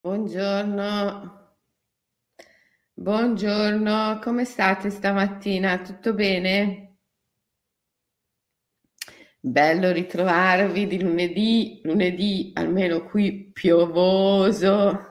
Buongiorno, buongiorno, come state stamattina? Tutto bene? Bello ritrovarvi di lunedì, lunedì almeno qui piovoso,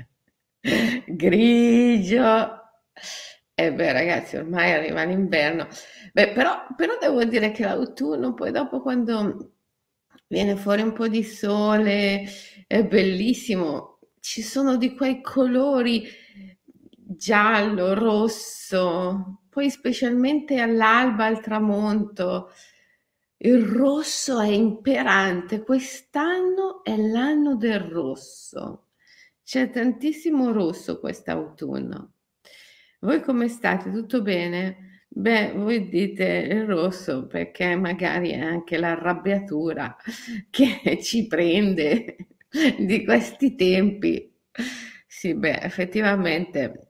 grigio. E beh, ragazzi, ormai arriva l'inverno. Beh, però devo dire che l'autunno, poi dopo quando viene fuori un po' di sole, è bellissimo. Ci sono di quei colori giallo, rosso, poi specialmente all'alba, al tramonto. Il rosso è imperante. Quest'anno è l'anno del rosso. C'è tantissimo rosso quest'autunno. Voi come state? Tutto bene? Beh, voi dite il rosso perché magari è anche l'arrabbiatura che ci prende di questi tempi. Sì, beh, effettivamente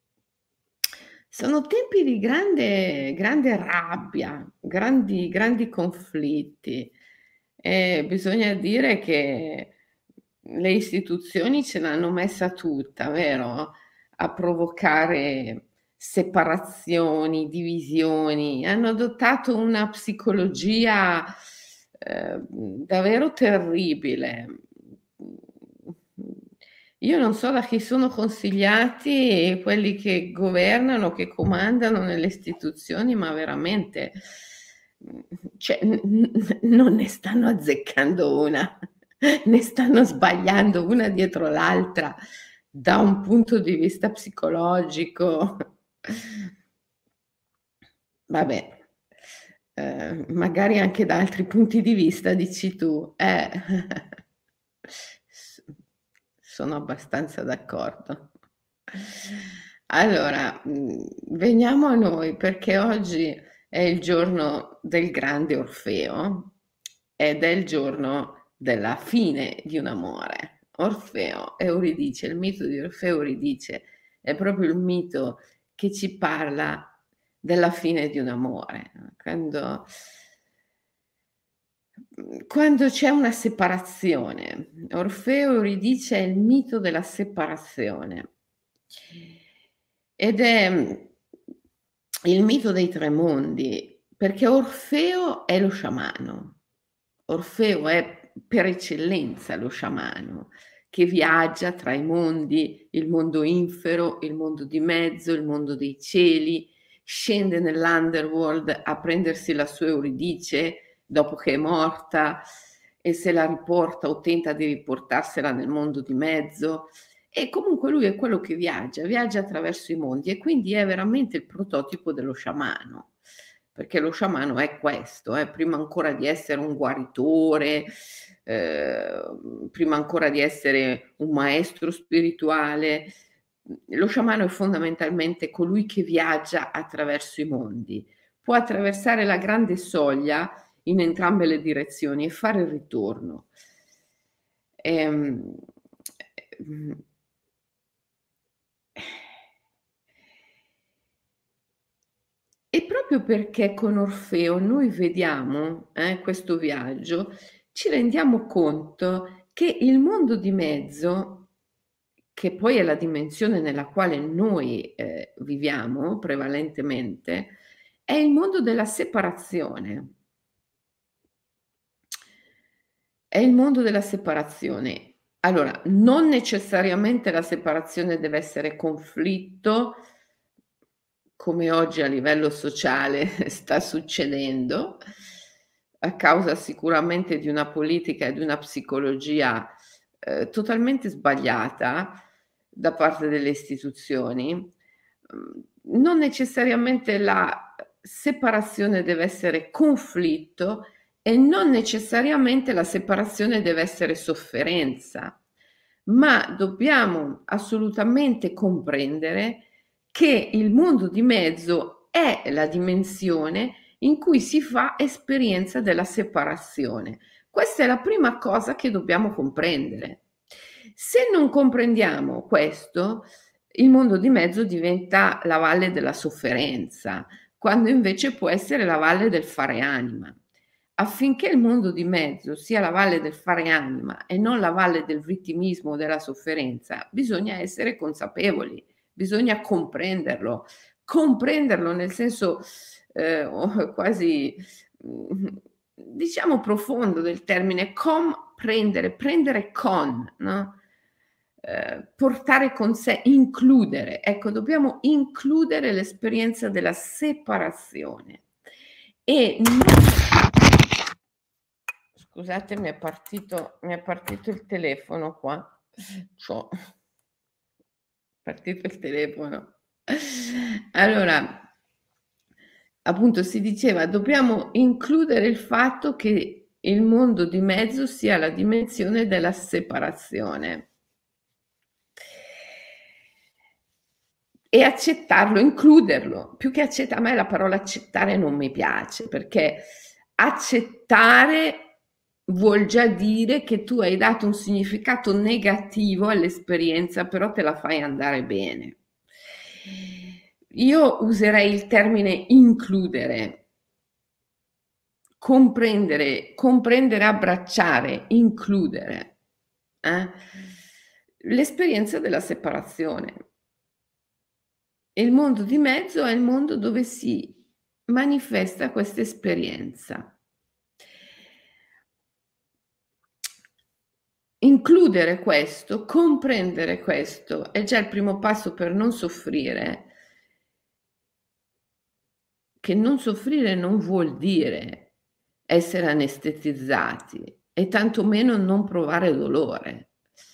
sono tempi di grande rabbia, grandi conflitti. E bisogna dire che le istituzioni ce l'hanno messa tutta, vero? A provocare separazioni, divisioni. Hanno adottato una psicologia davvero terribile. Io non so da chi sono consigliati quelli che governano, che comandano nelle istituzioni, ma veramente, cioè, non ne stanno azzeccando una, ne stanno sbagliando una dietro l'altra da un punto di vista psicologico. Vabbè, magari anche da altri punti di vista, dici tu. S Sono abbastanza d'accordo. Allora, veniamo a noi, perché oggi è il giorno del grande Orfeo ed è il giorno della fine di un amore. Orfeo, Euridice, il mito di Orfeo e Euridice è proprio il mito che ci parla della fine di un amore, no? Quando c'è una separazione. Orfeo e Euridice è il mito della separazione ed è il mito dei tre mondi, perché Orfeo è lo sciamano. Orfeo è per eccellenza lo sciamano che viaggia tra i mondi, il mondo infero, il mondo di mezzo, il mondo dei cieli, scende nell'underworld a prendersi la sua Euridice dopo che è morta e se la riporta o tenta di riportarsela nel mondo di mezzo. E comunque lui è quello che viaggia, viaggia attraverso i mondi e quindi è veramente il prototipo dello sciamano, perché lo sciamano è questo, prima ancora di essere un guaritore, prima ancora di essere un maestro spirituale, lo sciamano è fondamentalmente colui che viaggia attraverso i mondi. Può attraversare la grande soglia in entrambe le direzioni e fare il ritorno. Ehm, mhmm E proprio perché con Orfeo noi vediamo, questo viaggio, ci rendiamo conto che il mondo di mezzo, che poi è la dimensione nella quale noi, viviamo prevalentemente, è il mondo della separazione. È il mondo della separazione. Allora, non necessariamente la separazione deve essere conflitto, come oggi a livello sociale sta succedendo, a causa sicuramente di una politica e di una psicologia, totalmente sbagliata da parte delle istituzioni. Non necessariamente la separazione deve essere conflitto e non necessariamente la separazione deve essere sofferenza, ma dobbiamo assolutamente comprendere che il mondo di mezzo è la dimensione in cui si fa esperienza della separazione. Questa è la prima cosa che dobbiamo comprendere. Se non comprendiamo questo, il mondo di mezzo diventa la valle della sofferenza, quando invece può essere la valle del fare anima. affinché il mondo di mezzo sia la valle del fare anima e non la valle del vittimismo o della sofferenza, bisogna essere consapevoli, bisogna comprenderlo. Comprenderlo nel senso, quasi, diciamo profondo del termine comprendere, prendere con, no, portare con sé, includere. Ecco, dobbiamo includere l'esperienza della separazione e non scusate, mi è partito il telefono qua. C'ho partito il telefono. Allora, appunto si diceva dobbiamo includere il fatto che il mondo di mezzo sia la dimensione della separazione. E accettarlo, includerlo. Più che a me la parola accettare non mi piace, perché accettare vuol già dire che tu hai dato un significato negativo all'esperienza, però te la fai andare bene. Io userei il termine includere, comprendere, abbracciare, includere l'esperienza della separazione. Il mondo di mezzo è il mondo dove si manifesta questa esperienza. Includere questo, comprendere questo è già il primo passo per non soffrire, che non soffrire non vuol dire essere anestetizzati e tantomeno non provare dolore,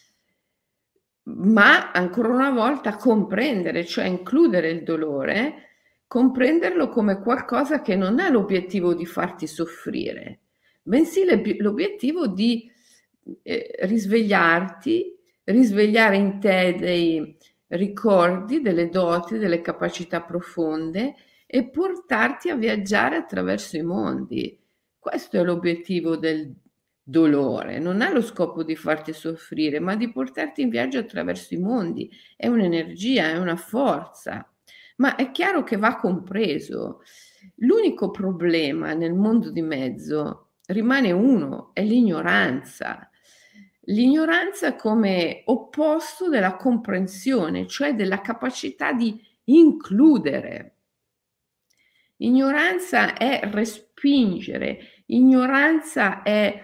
ma ancora una volta comprendere, cioè includere il dolore, comprenderlo come qualcosa che non ha l'obiettivo di farti soffrire, bensì l'obiettivo di risvegliarti, risvegliare in te dei ricordi, delle doti, delle capacità profonde e portarti a viaggiare attraverso i mondi. Questo è l'obiettivo del dolore, non ha lo scopo di farti soffrire, ma di portarti in viaggio attraverso i mondi. È un'energia, è una forza, ma è chiaro che va compreso. L'unico problema nel mondo di mezzo rimane uno, è l'ignoranza. L'ignoranza come opposto della comprensione, cioè della capacità di includere. Ignoranza è respingere, ignoranza è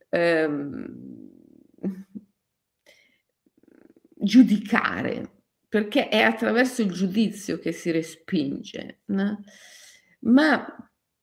giudicare, perché è attraverso il giudizio che si respinge, no? Ma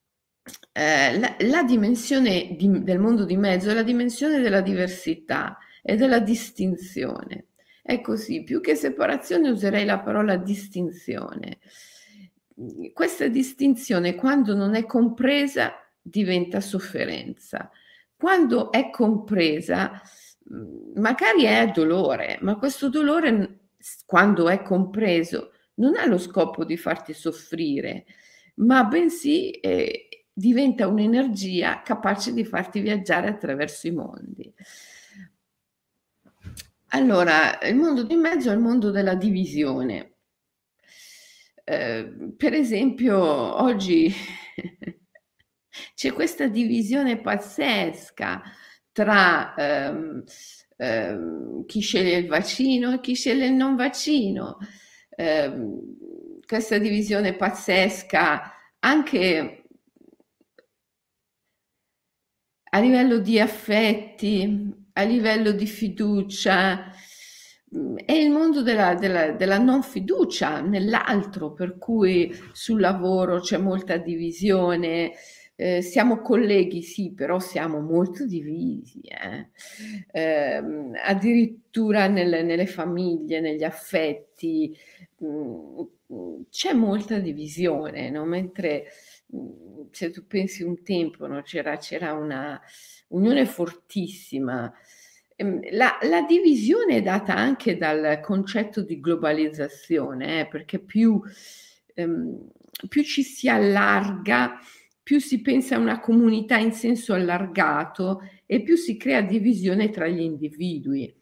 la dimensione del mondo di mezzo è la dimensione della diversità e della distinzione. È così, più che separazione userei la parola distinzione. Questa distinzione, quando non è compresa, diventa sofferenza. Quando è compresa, magari è dolore, ma questo dolore, quando è compreso, non ha lo scopo di farti soffrire, ma bensì diventa un'energia capace di farti viaggiare attraverso i mondi. Allora, il mondo di mezzo è il mondo della divisione. Per esempio, oggi c'è questa divisione pazzesca tra chi sceglie il vaccino e chi sceglie il non vaccino. Questa divisione pazzesca anche a livello di affetti, a livello di fiducia, è il mondo della non fiducia nell'altro, per cui sul lavoro c'è molta divisione, siamo colleghi sì, però siamo molto divisi, addirittura nelle famiglie, negli affetti, c'è molta divisione, no? Mentre se tu pensi un tempo, no, c'era una unione fortissima. La divisione è data anche dal concetto di globalizzazione, perché più ci si allarga, più si pensa a una comunità in senso allargato e più si crea divisione tra gli individui.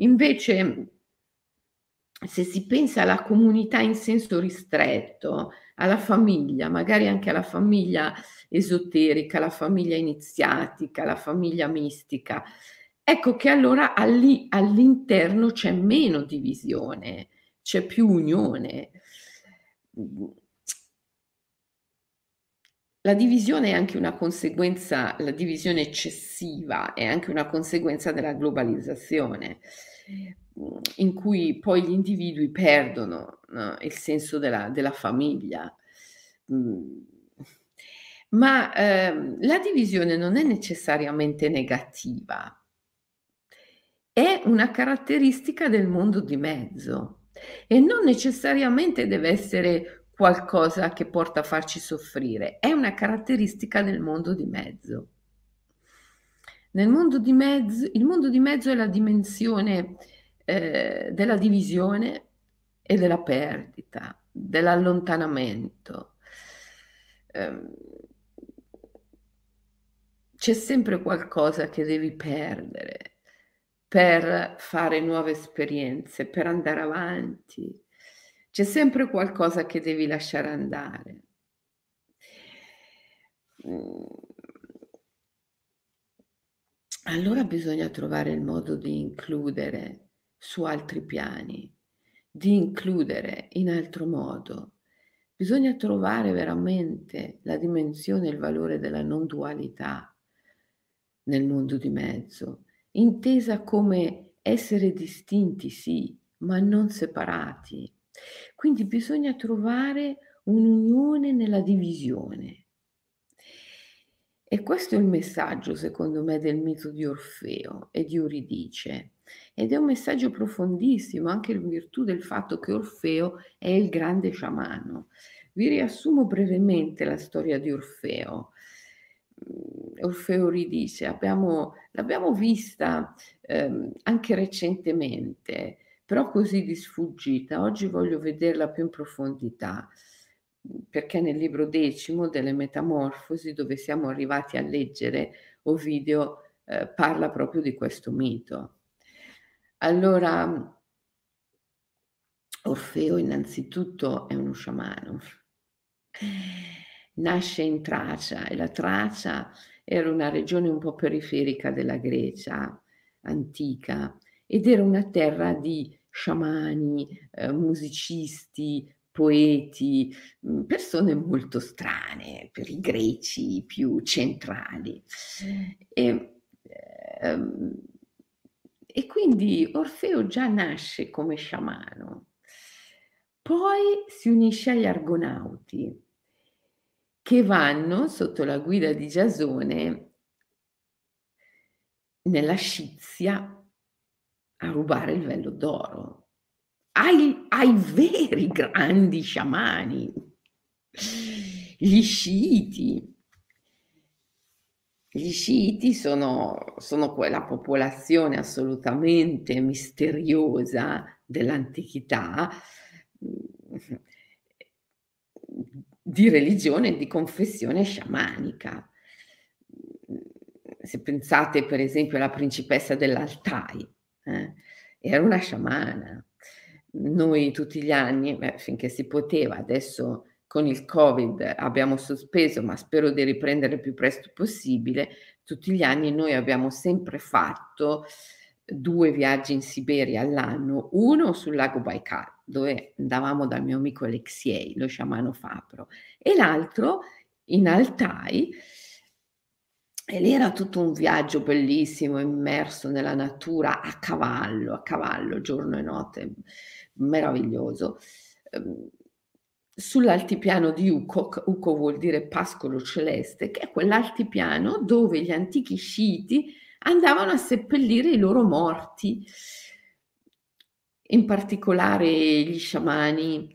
Invece, se si pensa alla comunità in senso ristretto, alla famiglia, magari anche alla famiglia esoterica, la famiglia iniziatica, la famiglia mistica. Ecco che allora all'interno c'è meno divisione, c'è più unione. Mhmm, la divisione eccessiva è anche una conseguenza della globalizzazione, in cui poi gli individui perdono, no, il senso della famiglia. Mhmm, ma, la divisione non è necessariamente negativa. È una caratteristica del mondo di mezzo e non necessariamente deve essere qualcosa che porta a farci soffrire, è una caratteristica del mondo di mezzo. Nel mondo di mezzo il mondo di mezzo è la dimensione, della divisione e della perdita, dell'allontanamento. Ehm, C'è sempre qualcosa che devi perdere per fare nuove esperienze, per andare avanti. C'è sempre qualcosa che devi lasciare andare. Mhmm, allora bisogna trovare il modo di includere su altri piani, di includere in altro modo. Bisogna trovare veramente la dimensione e il valore della non dualità nel mondo di mezzo, intesa come essere distinti sì, ma non separati. Quindi bisogna trovare un'unione nella divisione. E questo è il messaggio, secondo me, del mito di Orfeo e di Euridice. Ed è un messaggio profondissimo, anche in virtù del fatto che Orfeo è il grande sciamano. Vi riassumo brevemente la storia di Orfeo. Orfeo Euridice, l'abbiamo vista anche recentemente, però così di sfuggita. Oggi voglio vederla più in profondità, perché nel libro 10 delle Metamorfosi, dove siamo arrivati a leggere, Ovidio parla proprio di questo mito. Allora, Orfeo innanzitutto è uno sciamano. Nasce in Tracia e la Tracia era una regione un po' periferica della Grecia antica ed era una terra di sciamani, musicisti, poeti, persone molto strane per i greci più centrali. E, ehm, e quindi Orfeo già nasce come sciamano. Poi si unisce agli Argonauti, che vanno sotto la guida di Giasone nella Scizia a rubare il vello d'oro ai veri grandi sciamani, gli sciiti. Gli sciiti sono quella popolazione assolutamente misteriosa dell'antichità, mhmm, di religione e di confessione sciamanica. Se pensate per esempio alla principessa dell'Altai, era una sciamana. Noi tutti gli anni, finché si poteva, adesso con il Covid abbiamo sospeso, ma spero di riprendere il più presto possibile, tutti gli anni noi abbiamo sempre fatto 2 viaggi in Siberia all'anno, uno sul lago Baikal, dove andavamo dal mio amico Aleksej, lo sciamano fabbro, e l'altro in Altai, e lì era tutto un viaggio bellissimo, immerso nella natura a cavallo, giorno e notte, meraviglioso. Ehm, Sull'altipiano di Ukok, Uko vuol dire pascolo celeste, che è quell'altipiano dove gli antichi sciiti andavano a seppellire i loro morti, in particolare gli sciamani,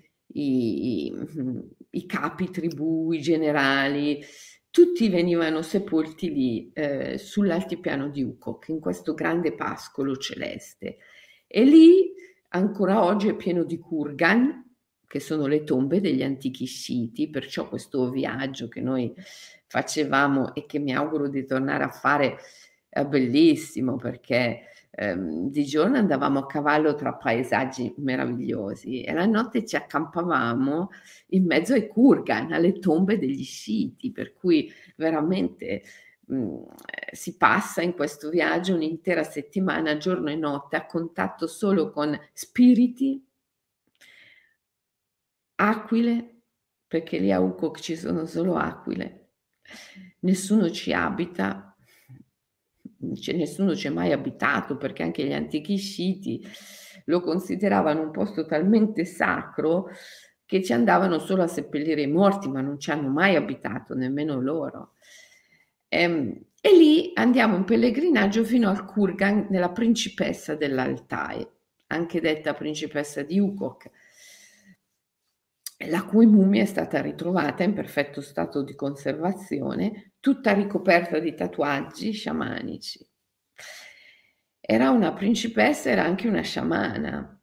i capi tribù, i generali, tutti venivano sepolti lì, sull'altipiano di Ukok, in questo grande pascolo celeste. E lì ancora oggi è pieno di kurgan, che sono le tombe degli antichi sciiti, perciò questo viaggio che noi facevamo e che mi auguro di tornare a fare è bellissimo perché di giorno andavamo a cavallo tra paesaggi meravigliosi e la notte ci accampavamo in mezzo ai kurgan, alle tombe degli sciiti, per cui veramente, si passa in questo viaggio un'intera settimana, giorno e notte, a contatto solo con spiriti, aquile, perché lì a Ukok ci sono solo aquile, nessuno ci abita, nessuno ci è mai abitato, perché anche gli antichi sciiti lo consideravano un posto talmente sacro che ci andavano solo a seppellire i morti, ma non ci hanno mai abitato nemmeno loro. E lì andiamo in pellegrinaggio fino al Kurgan della principessa dell'Altai, anche detta principessa di Ukok, la cui mummia è stata ritrovata in perfetto stato di conservazione, tutta ricoperta di tatuaggi sciamanici. Era una principessa, era anche una sciamana.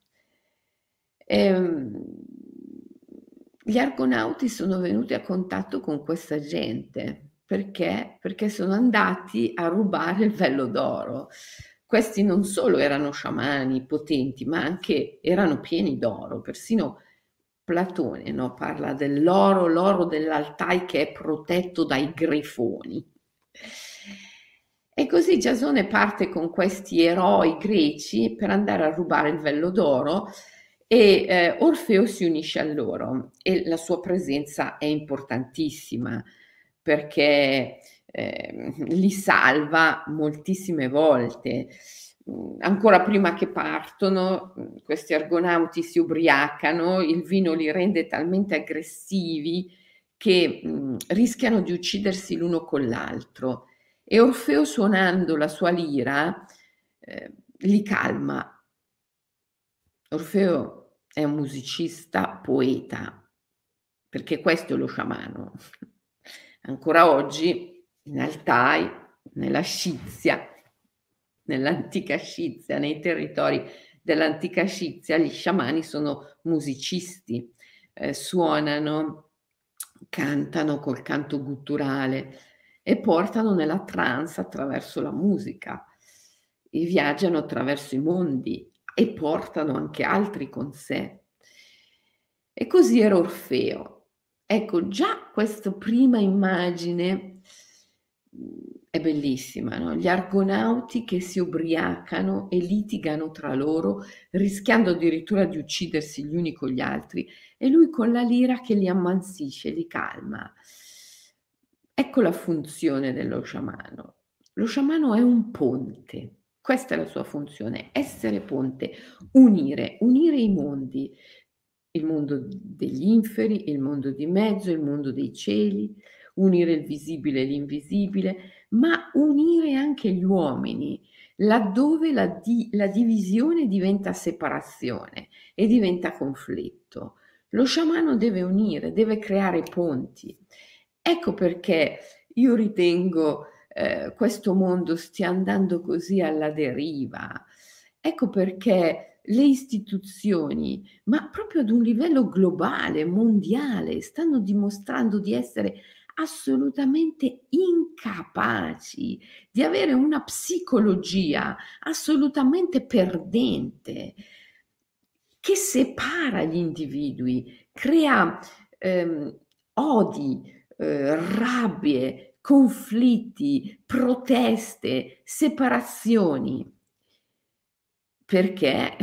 Gli argonauti sono venuti a contatto con questa gente. Perché? Perché sono andati a rubare il vello d'oro. Questi non solo erano sciamani potenti, ma anche erano pieni d'oro. Persino Platone, no, parla dell'oro, l'oro dell'Altai che è protetto dai grifoni. E così Giasone parte con questi eroi greci per andare a rubare il vello d'oro e Orfeo si unisce a loro e la sua presenza è importantissima perché li salva moltissime volte. Ancora prima che partono, questi argonauti si ubriacano, il vino li rende talmente aggressivi che rischiano di uccidersi l'uno con l'altro e Orfeo suonando la sua lira li calma. Orfeo è un musicista poeta, perché questo è lo sciamano. Ancora oggi in Altai, nella Scizia, nell'antica Scizia, nei territori dell'antica Scizia, gli sciamani sono musicisti, suonano, cantano col canto gutturale e portano nella trance attraverso la musica e viaggiano attraverso i mondi e portano anche altri con sé. E così era Orfeo. Ecco, già questa prima immagine è bellissima, no? Gli argonauti che si ubriacano e litigano tra loro, rischiando addirittura di uccidersi gli uni con gli altri, e lui con la lira che li ammansisce, li calma. Ecco la funzione dello sciamano. Lo sciamano è un ponte, questa è la sua funzione, essere ponte, unire i mondi, il mondo degli inferi, il mondo di mezzo, il mondo dei cieli, unire il visibile e l'invisibile, ma unire anche gli uomini, laddove la divisione diventa separazione e diventa conflitto. Lo sciamano deve unire, deve creare ponti. Ecco perché io ritengo questo mondo stia andando così alla deriva. Ecco perché le istituzioni, ma proprio ad un livello globale, mondiale, stanno dimostrando di essere assolutamente incapaci, di avere una psicologia assolutamente perdente, che separa gli individui, crea odi, rabbie, conflitti, proteste, separazioni. Perché?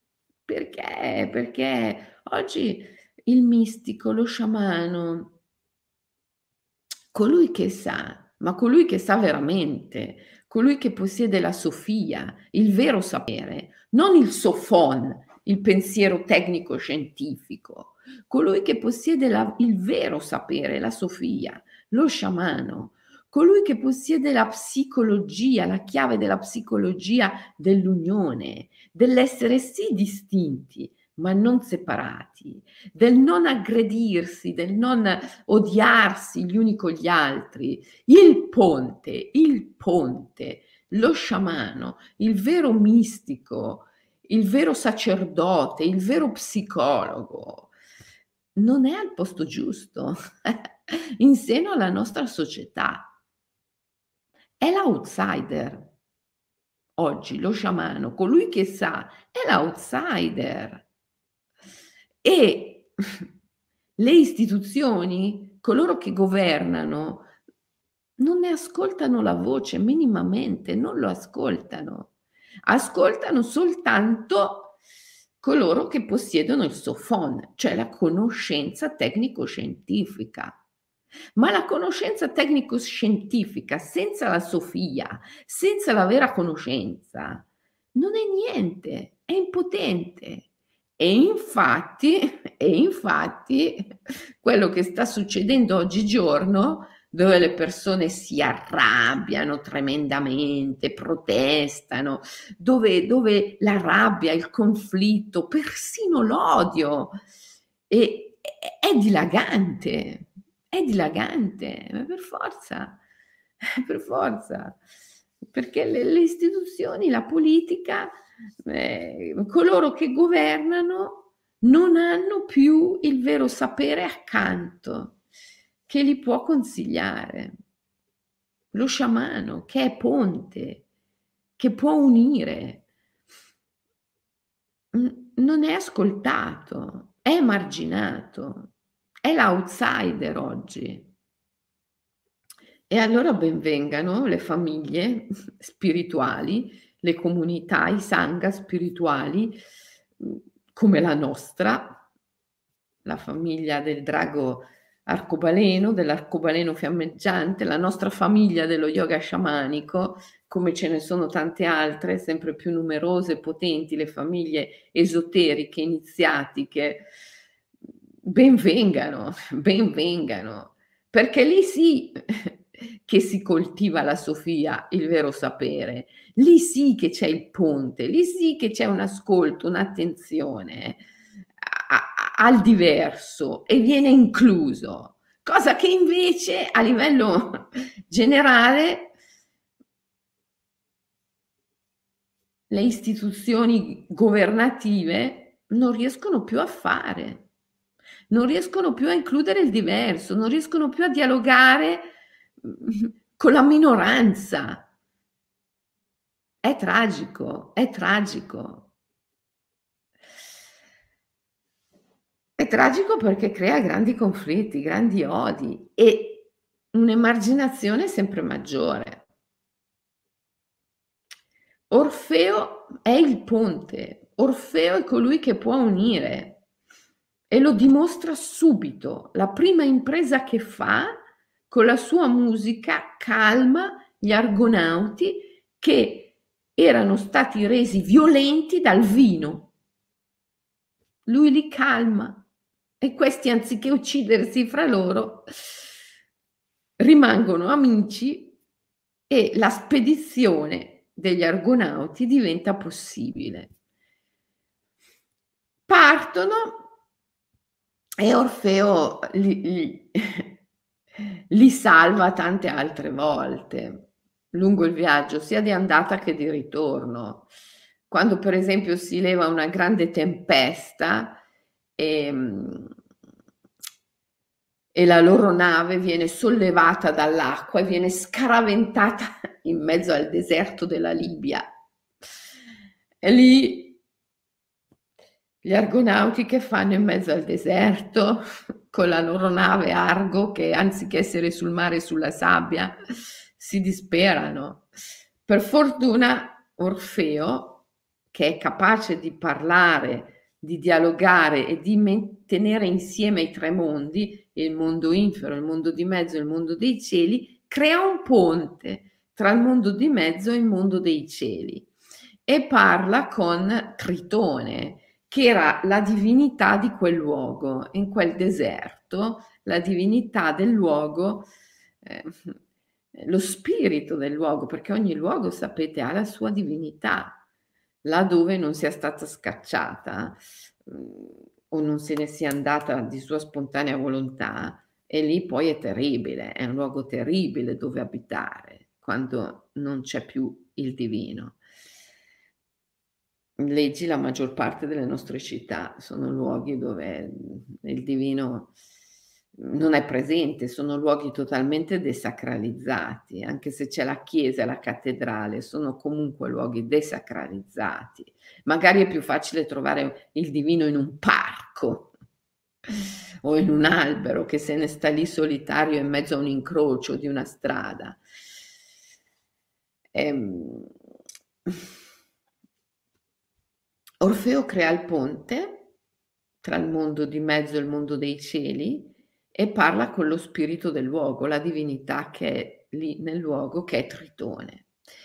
Perché oggi il mistico, lo sciamano, colui che sa, ma colui che sa veramente, colui che possiede la Sofia, il vero sapere, non il sofon, il pensiero tecnico scientifico, colui che possiede il vero sapere, la Sofia, lo sciamano, colui che possiede la psicologia, la chiave della psicologia dell'unione, dell'essere sì distinti, ma non separati, del non aggredirsi, del non odiarsi gli uni con gli altri, il ponte, lo sciamano, il vero mistico, il vero sacerdote, il vero psicologo, non è al posto giusto in seno alla nostra società. È l'outsider. oggi, lo sciamano, colui che sa, è l'outsider. E le istituzioni, coloro che governano, non ne ascoltano la voce minimamente, non lo ascoltano. Ascoltano soltanto coloro che possiedono il SOFON, cioè la conoscenza tecnico-scientifica. Ma la conoscenza tecnico-scientifica senza la Sofia, senza la vera conoscenza, non è niente, è impotente. E infatti quello che sta succedendo oggigiorno, dove le persone si arrabbiano tremendamente, protestano, dove la rabbia, il conflitto, persino l'odio è dilagante, è dilagante, ma per forza, perché le istituzioni, la politica, coloro che governano non hanno più il vero sapere accanto che li può consigliare. Lo sciamano che è ponte, che può unire, non è ascoltato, è emarginato, è l'outsider oggi. E allora ben vengano le famiglie spirituali, le comunità, i sangha spirituali, come la nostra, la famiglia del drago arcobaleno, dell'arcobaleno fiammeggiante, la nostra famiglia dello yoga sciamanico, come ce ne sono tante altre, sempre più numerose e potenti, le famiglie esoteriche, iniziatiche. Ben vengano, perché lì sì che si coltiva la Sofia, il vero sapere, lì sì che c'è il ponte, lì sì che c'è un ascolto, un'attenzione al diverso e viene incluso, cosa che invece a livello generale le istituzioni governative non riescono più a fare, non riescono più a includere il diverso, non riescono più a dialogare con la minoranza. È tragico, è tragico. È tragico perché crea grandi conflitti, grandi odi e un'emarginazione sempre maggiore. Orfeo è il ponte, Orfeo è colui che può unire e lo dimostra subito. La prima impresa che fa con la sua musica calma gli argonauti che erano stati resi violenti dal vino. Lui li calma e questi, anziché uccidersi fra loro, rimangono amici e la spedizione degli argonauti diventa possibile. Partono e Orfeo li salva tante altre volte lungo il viaggio, sia di andata che di ritorno. Quando per esempio si leva una grande tempesta e la loro nave viene sollevata dall'acqua e viene scaraventata in mezzo al deserto della Libia. E lì gli argonauti che fanno in mezzo al deserto con la loro nave Argo che anziché essere sul mare e sulla sabbia si disperano. Per fortuna Orfeo, che è capace di parlare, di dialogare e di tenere insieme i tre mondi, il mondo infero, il mondo di mezzo e il mondo dei cieli, crea un ponte tra il mondo di mezzo e il mondo dei cieli e parla con Tritone, che era la divinità di quel luogo, in quel deserto, la divinità del luogo, eh, lo spirito del luogo, perché ogni luogo, sapete, ha la sua divinità, là dove non sia stata scacciata o non se ne sia andata di sua spontanea volontà, e lì poi è terribile, è un luogo terribile dove abitare, quando non c'è più il divino. Leggi la maggior parte delle nostre città sono luoghi dove il divino non è presente, sono luoghi totalmente desacralizzati, anche se c'è la chiesa e la cattedrale, sono comunque luoghi desacralizzati. Magari è più facile trovare il divino in un parco o in un albero che se ne sta lì solitario in mezzo a un incrocio di una strada. Orfeo crea il ponte tra il mondo di mezzo e il mondo dei cieli e parla con lo spirito del luogo, la divinità che è lì nel luogo, che è Tritone.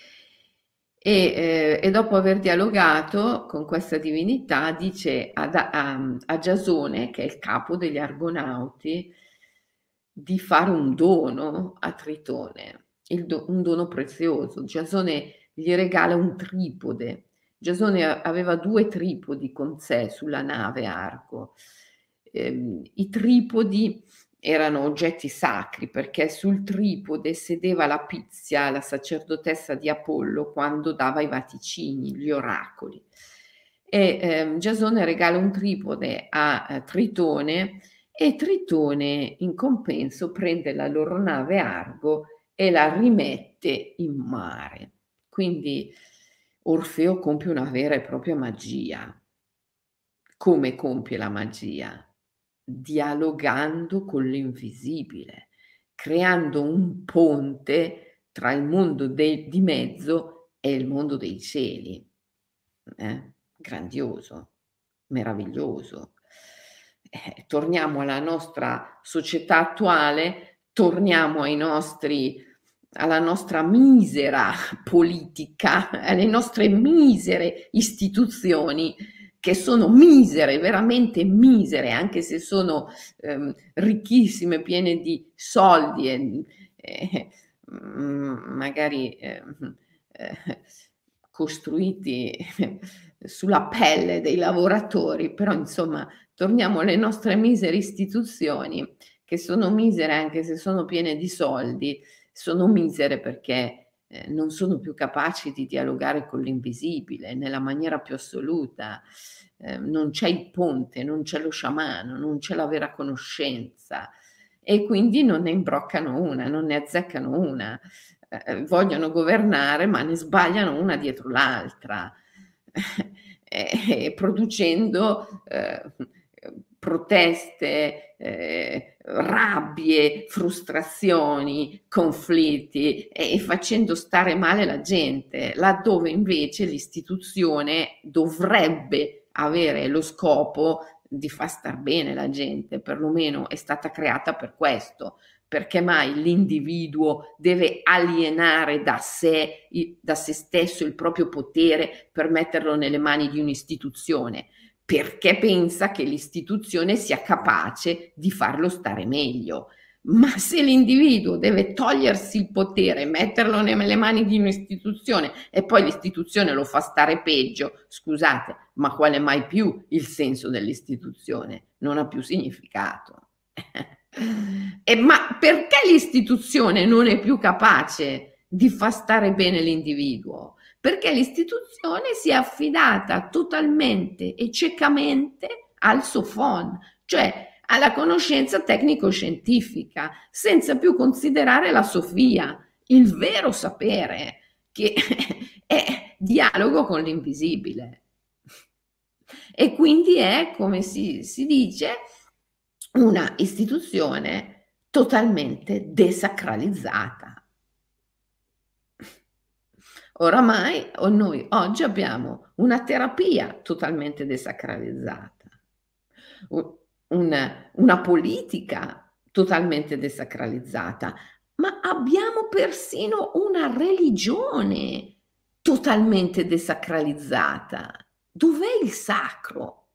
E dopo aver dialogato con questa divinità dice a Giasone, che è il capo degli Argonauti, di fare un dono a Tritone, un dono prezioso. Giasone gli regala un tripode. Giasone aveva 2 tripodi con sé sulla nave Argo. I tripodi erano oggetti sacri perché sul tripode sedeva la Pizia, la sacerdotessa di Apollo, quando dava i vaticini, gli oracoli. E Giasone regala un tripode a Tritone e Tritone in compenso prende la loro nave Argo e la rimette in mare. Quindi Orfeo compie una vera e propria magia. Come compie la magia? Dialogando con l'invisibile, creando un ponte tra il mondo di mezzo e il mondo dei cieli. Grandioso, meraviglioso. Torniamo alla nostra società attuale, torniamo alla nostra misera politica, alle nostre misere istituzioni, che sono misere, veramente misere, anche se sono ricchissime, piene di soldi e magari costruiti sulla pelle dei lavoratori, però insomma torniamo alle nostre misere istituzioni, che sono misere anche se sono piene di soldi, sono misere perché non sono più capaci di dialogare con l'invisibile nella maniera più assoluta. Non c'è il ponte, non c'è lo sciamano, non c'è la vera conoscenza e quindi non ne imbroccano una, non ne azzeccano una. Vogliono governare, ma ne sbagliano una dietro l'altra, producendo proteste, rabbie, frustrazioni, conflitti e facendo stare male la gente, laddove invece l'istituzione dovrebbe avere lo scopo di far star bene la gente, perlomeno è stata creata per questo. Perché mai l'individuo deve alienare da sé stesso il proprio potere per metterlo nelle mani di un'istituzione? Perché pensa che l'istituzione sia capace di farlo stare meglio. Ma se l'individuo deve togliersi il potere e metterlo nelle mani di un'istituzione e poi l'istituzione lo fa stare peggio, scusate, ma qual è mai più il senso dell'istituzione? Non ha più significato. Ma perché l'istituzione non è più capace di far stare bene l'individuo? Perché l'istituzione si è affidata totalmente e ciecamente al SOFON, cioè alla conoscenza tecnico-scientifica, senza più considerare la Sofia, il vero sapere, che è dialogo con l'invisibile. E quindi è, come si dice, una istituzione totalmente desacralizzata. Oramai noi oggi abbiamo una terapia totalmente desacralizzata, una politica totalmente desacralizzata, ma abbiamo persino una religione totalmente desacralizzata. Dov'è il sacro?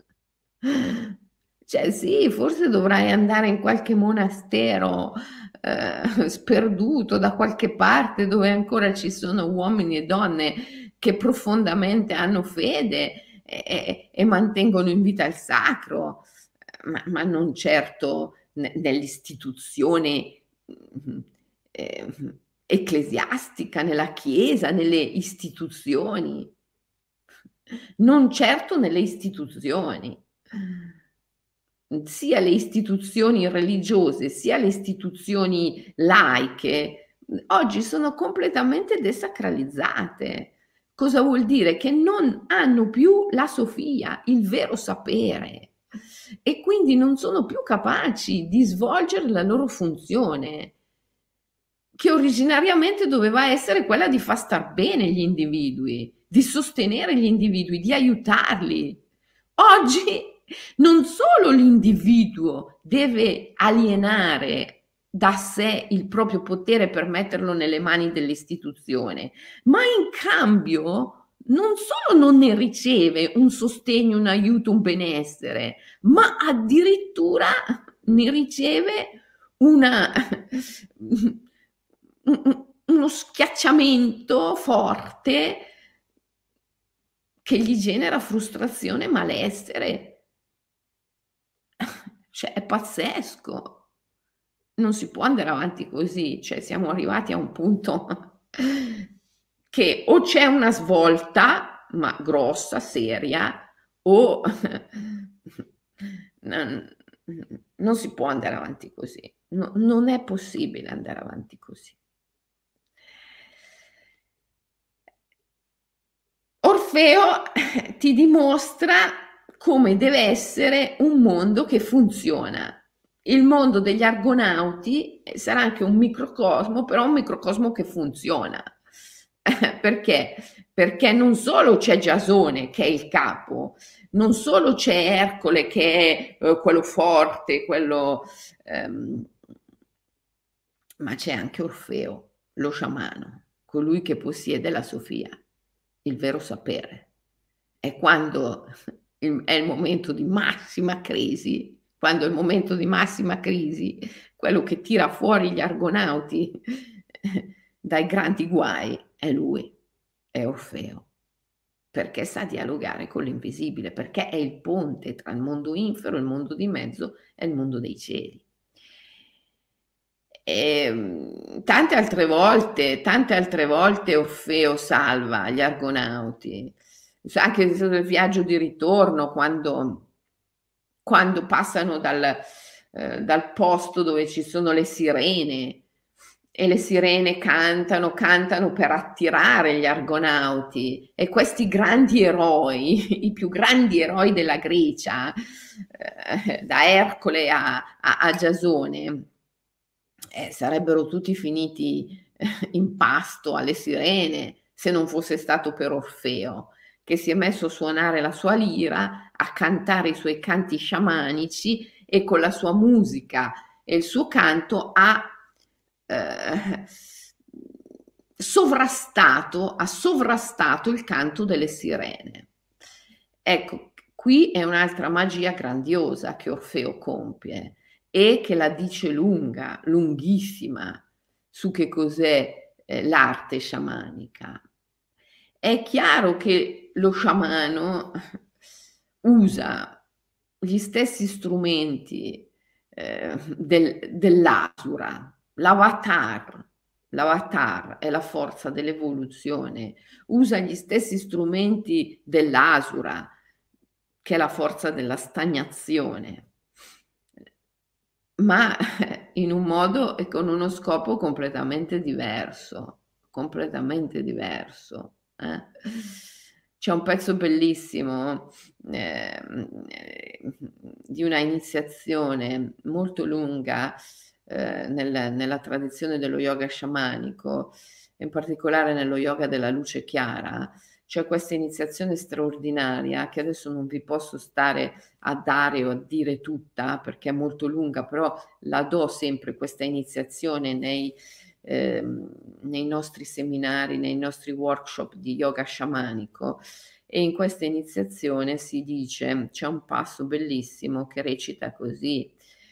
Cioè sì, forse dovrai andare in qualche monastero sperduto da qualche parte dove ancora ci sono uomini e donne che profondamente hanno fede e mantengono in vita il sacro, ma non certo nell'istituzione eh, ecclesiastica, nella Chiesa, nelle istituzioni, non certo nelle istituzioni. sia le istituzioni religiose, sia le istituzioni laiche, oggi sono completamente desacralizzate. Cosa vuol dire? Che non hanno più la sofia, il vero sapere, e quindi non sono più capaci di svolgere la loro funzione, che originariamente doveva essere quella di far star bene gli individui, di sostenere gli individui, di aiutarli. Oggi non solo l'individuo deve alienare da sé il proprio potere per metterlo nelle mani dell'istituzione, ma in cambio non solo non ne riceve un sostegno, un aiuto, un benessere, ma addirittura ne riceve una uno schiacciamento forte che gli genera frustrazione e malessere. Cioè, è pazzesco. Non si può andare avanti così, cioè siamo arrivati a un punto che o c'è una svolta, ma grossa, seria, o non si può andare avanti così. Non è possibile andare avanti così. Orfeo ti dimostra come deve essere un mondo che funziona. Il mondo degli Argonauti sarà anche un microcosmo, però un microcosmo che funziona. Perché? Perché non solo c'è Giasone che è il capo, non solo c'è Ercole che è quello forte, quello, ma c'è anche Orfeo, lo sciamano, colui che possiede la Sofia, il vero sapere. E quando è il momento di massima crisi, quando è il momento di massima crisi, quello che tira fuori gli Argonauti dai grandi guai è lui, è Orfeo, perché sa dialogare con l'invisibile, perché è il ponte tra il mondo infero, il mondo di mezzo e il mondo dei cieli. Tante altre volte Orfeo salva gli Argonauti, anche nel viaggio di ritorno, quando passano dal posto dove ci sono le sirene, e le sirene cantano per attirare gli Argonauti, e questi grandi eroi, i più grandi eroi della Grecia, da Ercole a Giasone, sarebbero tutti finiti in pasto alle sirene se non fosse stato per Orfeo, che si è messo a suonare la sua lira, a cantare i suoi canti sciamanici, e con la sua musica e il suo canto ha sovrastato il canto delle sirene. Ecco, qui è un'altra magia grandiosa che Orfeo compie, e che la dice lunga, lunghissima, su che cos'è l'arte sciamanica. È chiaro che lo sciamano usa gli stessi strumenti dell'asura, l'avatar è la forza dell'evoluzione, usa gli stessi strumenti dell'asura, che è la forza della stagnazione, ma in un modo e con uno scopo completamente diverso, completamente diverso. C'è un pezzo bellissimo di una iniziazione molto lunga nella tradizione dello yoga sciamanico, in particolare nello yoga della luce chiara. C'è questa iniziazione straordinaria che adesso non vi posso stare a dare o a dire tutta perché è molto lunga, però la do sempre questa iniziazione nei nostri seminari, nei nostri workshop di yoga sciamanico, e in questa iniziazione si dice, c'è un passo bellissimo che recita così: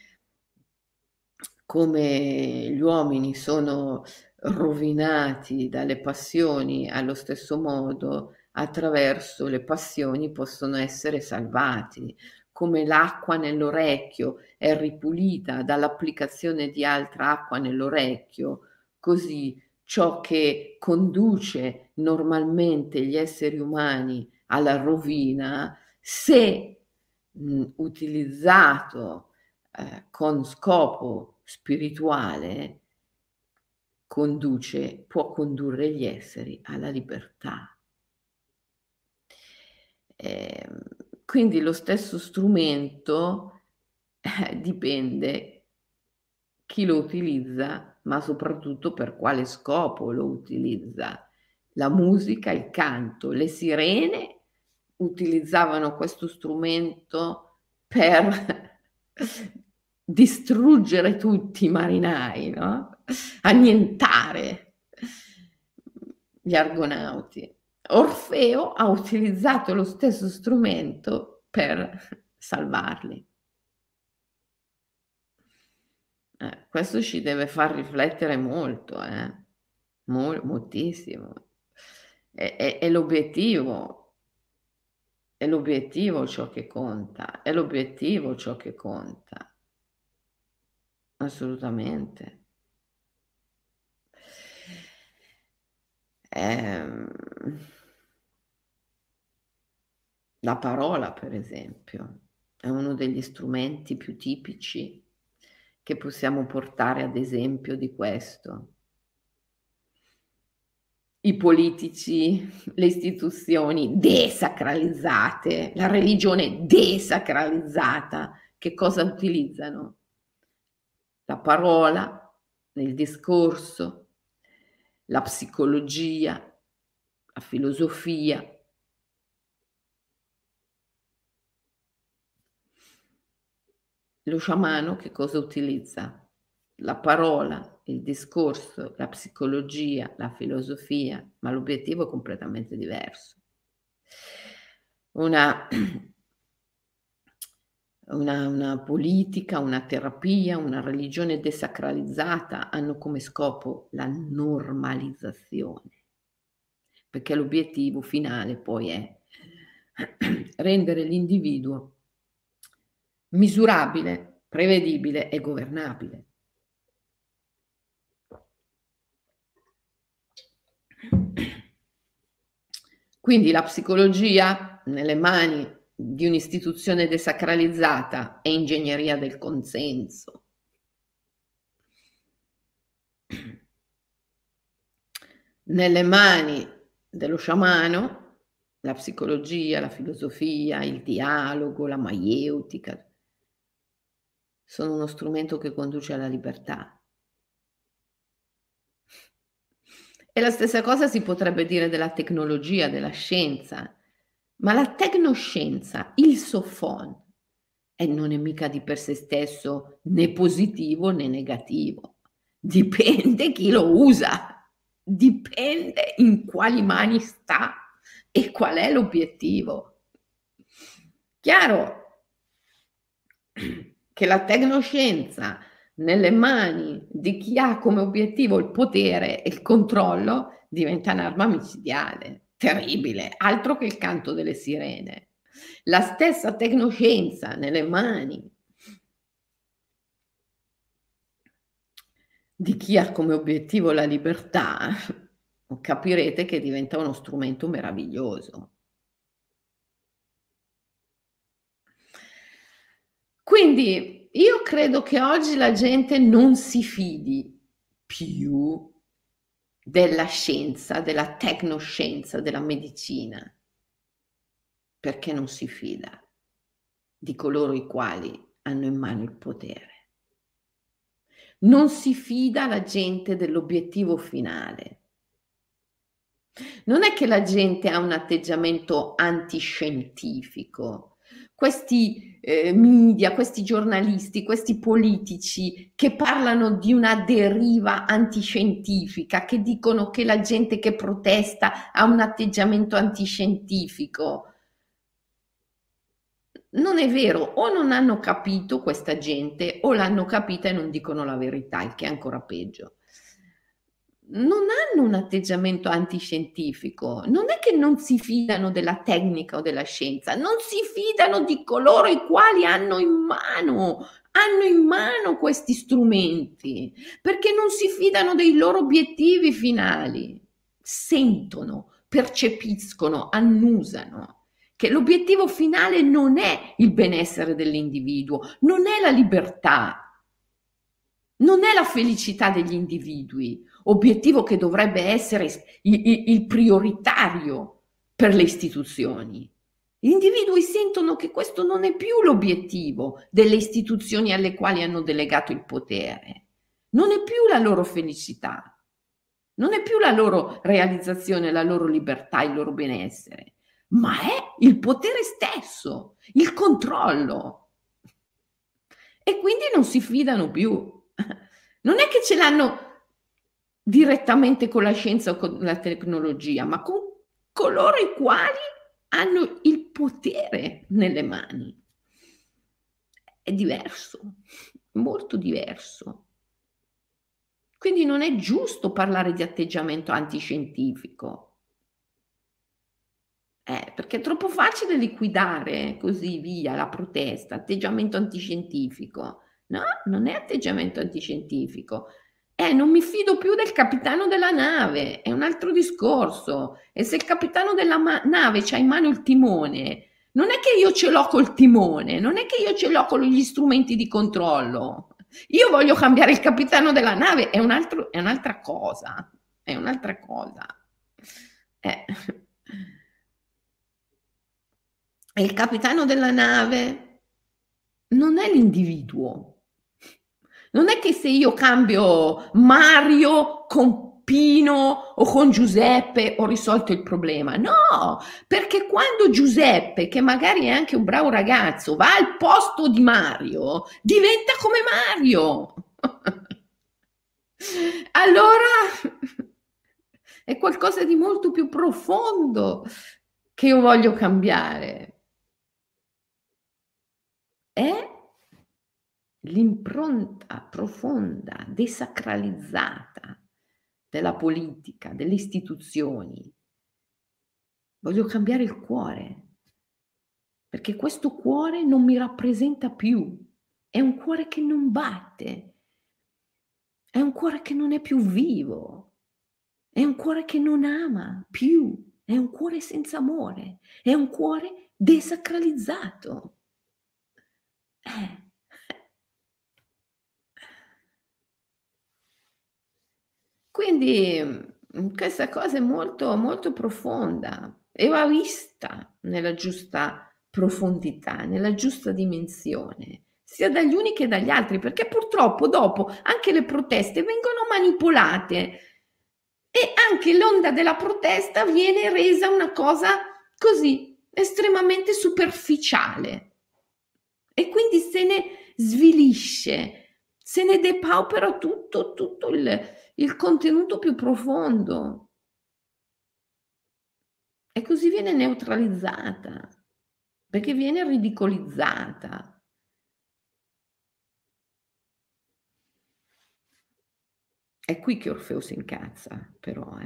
come gli uomini sono rovinati dalle passioni, allo stesso modo attraverso le passioni possono essere salvati. Come l'acqua nell'orecchio è ripulita dall'applicazione di altra acqua nell'orecchio, così ciò che conduce normalmente gli esseri umani alla rovina, se utilizzato, con scopo spirituale può condurre gli esseri alla libertà. Ehm, quindi lo stesso strumento, dipende chi lo utilizza, ma soprattutto per quale scopo lo utilizza. La musica, il canto, le sirene utilizzavano questo strumento per distruggere tutti i marinai, no, annientare gli argonauti. Orfeo ha utilizzato lo stesso strumento per salvarli. Questo ci deve far riflettere molto, moltissimo. È l'obiettivo, è l'obiettivo ciò che conta, è l'obiettivo ciò che conta. Assolutamente. La parola, per esempio, è uno degli strumenti più tipici che possiamo portare ad esempio di questo. I politici, le istituzioni desacralizzate, la religione desacralizzata, che cosa utilizzano? La parola, il discorso, la psicologia, la filosofia. Lo sciamano che cosa utilizza? La parola, il discorso, la psicologia, la filosofia, ma l'obiettivo è completamente diverso. Una politica, una terapia, una religione desacralizzata hanno come scopo la normalizzazione, perché l'obiettivo finale poi è rendere l'individuo misurabile, prevedibile e governabile. Quindi la psicologia nelle mani di un'istituzione desacralizzata è ingegneria del consenso. Nelle mani dello sciamano, la psicologia, la filosofia, il dialogo, la maieutica sono uno strumento che conduce alla libertà. E la stessa cosa si potrebbe dire della tecnologia, della scienza, ma la tecnoscienza, il sophon, non è mica di per sé stesso né positivo né negativo. Dipende chi lo usa, dipende in quali mani sta e qual è l'obiettivo. Chiaro che la tecnoscienza nelle mani di chi ha come obiettivo il potere e il controllo diventa un'arma micidiale, terribile, altro che il canto delle sirene. La stessa tecnoscienza nelle mani di chi ha come obiettivo la libertà, capirete che diventa uno strumento meraviglioso. Quindi io credo che oggi la gente non si fidi più della scienza, della tecnoscienza, della medicina, perché non si fida di coloro i quali hanno in mano il potere. Non si fida la gente dell'obiettivo finale. Non è che la gente ha un atteggiamento antiscientifico. Questi media, questi giornalisti, questi politici che parlano di una deriva antiscientifica, che dicono che la gente che protesta ha un atteggiamento antiscientifico. Non è vero, o non hanno capito questa gente, o l'hanno capita e non dicono la verità, il che è ancora peggio. Non hanno un atteggiamento antiscientifico, non è che non si fidano della tecnica o della scienza, non si fidano di coloro i quali hanno in mano questi strumenti, perché non si fidano dei loro obiettivi finali. Sentono, percepiscono, annusano che l'obiettivo finale non è il benessere dell'individuo, non è la libertà, non è la felicità degli individui, obiettivo che dovrebbe essere il prioritario per le istituzioni. Gli individui sentono che questo non è più l'obiettivo delle istituzioni alle quali hanno delegato il potere, non è più la loro felicità, non è più la loro realizzazione, la loro libertà, il loro benessere, ma è il potere stesso, il controllo. E quindi non si fidano più. Non è che ce l'hanno direttamente con la scienza o con la tecnologia, ma con coloro i quali hanno il potere nelle mani. È diverso, molto diverso. Quindi non è giusto parlare di atteggiamento antiscientifico. Perché è troppo facile liquidare così via la protesta, atteggiamento antiscientifico. No, non è atteggiamento antiscientifico. Non mi fido più del capitano della nave, è un altro discorso. E se il capitano della nave c'ha in mano il timone, non è che io ce l'ho col timone, non è che io ce l'ho con gli strumenti di controllo. Io voglio cambiare il capitano della nave, è un'altra cosa. È un'altra cosa. E il capitano della nave non è l'individuo. Non è che se io cambio Mario con Pino o con Giuseppe ho risolto il problema. No, perché quando Giuseppe, che magari è anche un bravo ragazzo, va al posto di Mario, diventa come Mario. Allora è qualcosa di molto più profondo che io voglio cambiare. È l'impronta profonda, desacralizzata della politica, delle istituzioni. Voglio cambiare il cuore, perché questo cuore non mi rappresenta più. È un cuore che non batte, è un cuore che non è più vivo, è un cuore che non ama più, è un cuore senza amore, è un cuore desacralizzato. Quindi questa cosa è molto, molto profonda e va vista nella giusta profondità, nella giusta dimensione, sia dagli uni che dagli altri, perché purtroppo dopo anche le proteste vengono manipolate e anche l'onda della protesta viene resa una cosa così estremamente superficiale e quindi se ne svilisce, se ne depaupera tutto il contenuto più profondo e così viene neutralizzata, perché viene ridicolizzata. È qui che Orfeo si incazza, però.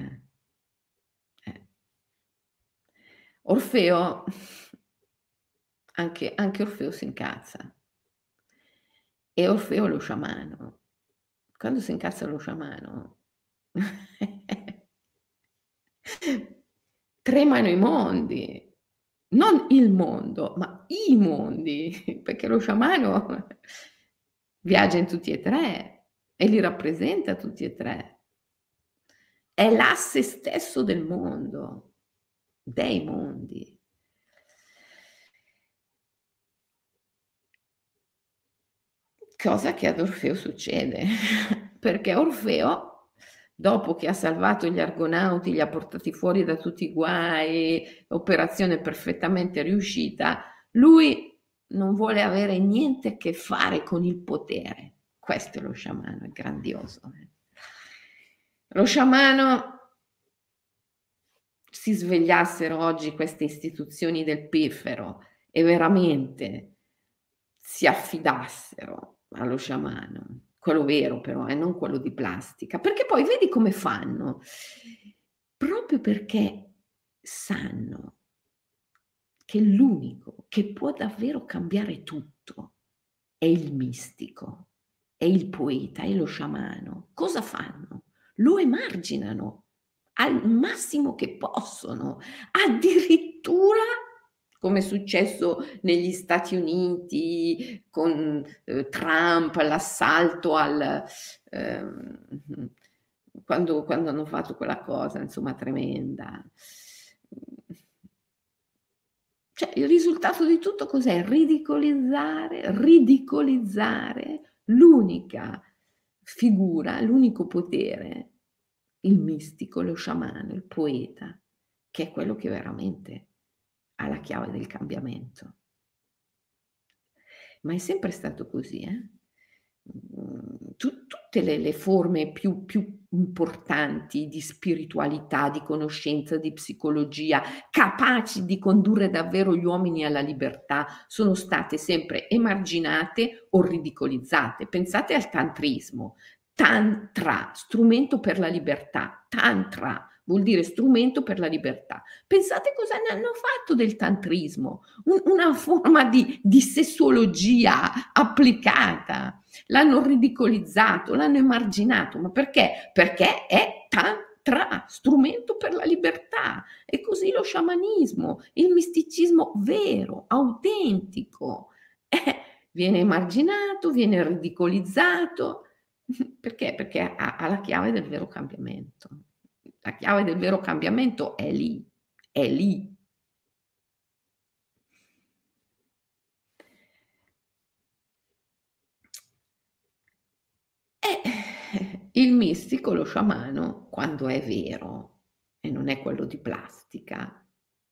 Orfeo, anche Orfeo si incazza. E Orfeo è lo sciamano. Quando si incazza lo sciamano, tremano i mondi. Non il mondo, ma i mondi, perché lo sciamano viaggia in tutti e tre e li rappresenta tutti e tre. È l'asse stesso del mondo, dei mondi. Cosa che ad Orfeo succede, perché Orfeo, dopo che ha salvato gli Argonauti, li ha portati fuori da tutti i guai, operazione perfettamente riuscita, lui non vuole avere niente a che fare con il potere. Questo è lo sciamano, è grandioso. Lo sciamano, si svegliassero oggi queste istituzioni del piffero e veramente si affidassero allo sciamano, quello vero però, non quello di plastica, perché poi vedi come fanno, proprio perché sanno che l'unico che può davvero cambiare tutto è il mistico, è il poeta, è lo sciamano. Cosa fanno? Lo emarginano al massimo che possono, addirittura come è successo negli Stati Uniti con, Trump, l'assalto al quando hanno fatto quella cosa, insomma, tremenda. Cioè, il risultato di tutto cos'è? Ridicolizzare l'unica figura, l'unico potere, il mistico, lo sciamano, il poeta, che è quello che veramente ha la chiave del cambiamento. Ma è sempre stato così, tutte le forme più importanti di spiritualità, di conoscenza, di psicologia, capaci di condurre davvero gli uomini alla libertà, sono state sempre emarginate o ridicolizzate. Pensate al tantrismo. Tantra, strumento per la libertà. Tantra vuol dire strumento per la libertà. Pensate cosa ne hanno fatto del tantrismo, una forma di sessuologia applicata. L'hanno ridicolizzato, l'hanno emarginato, ma perché? Perché è tantra, strumento per la libertà. E così lo sciamanismo, il misticismo vero, autentico, viene emarginato, viene ridicolizzato. Perché? Perché ha la chiave del vero cambiamento. La chiave del vero cambiamento è lì, è lì. Il mistico, lo sciamano, quando è vero e non è quello di plastica,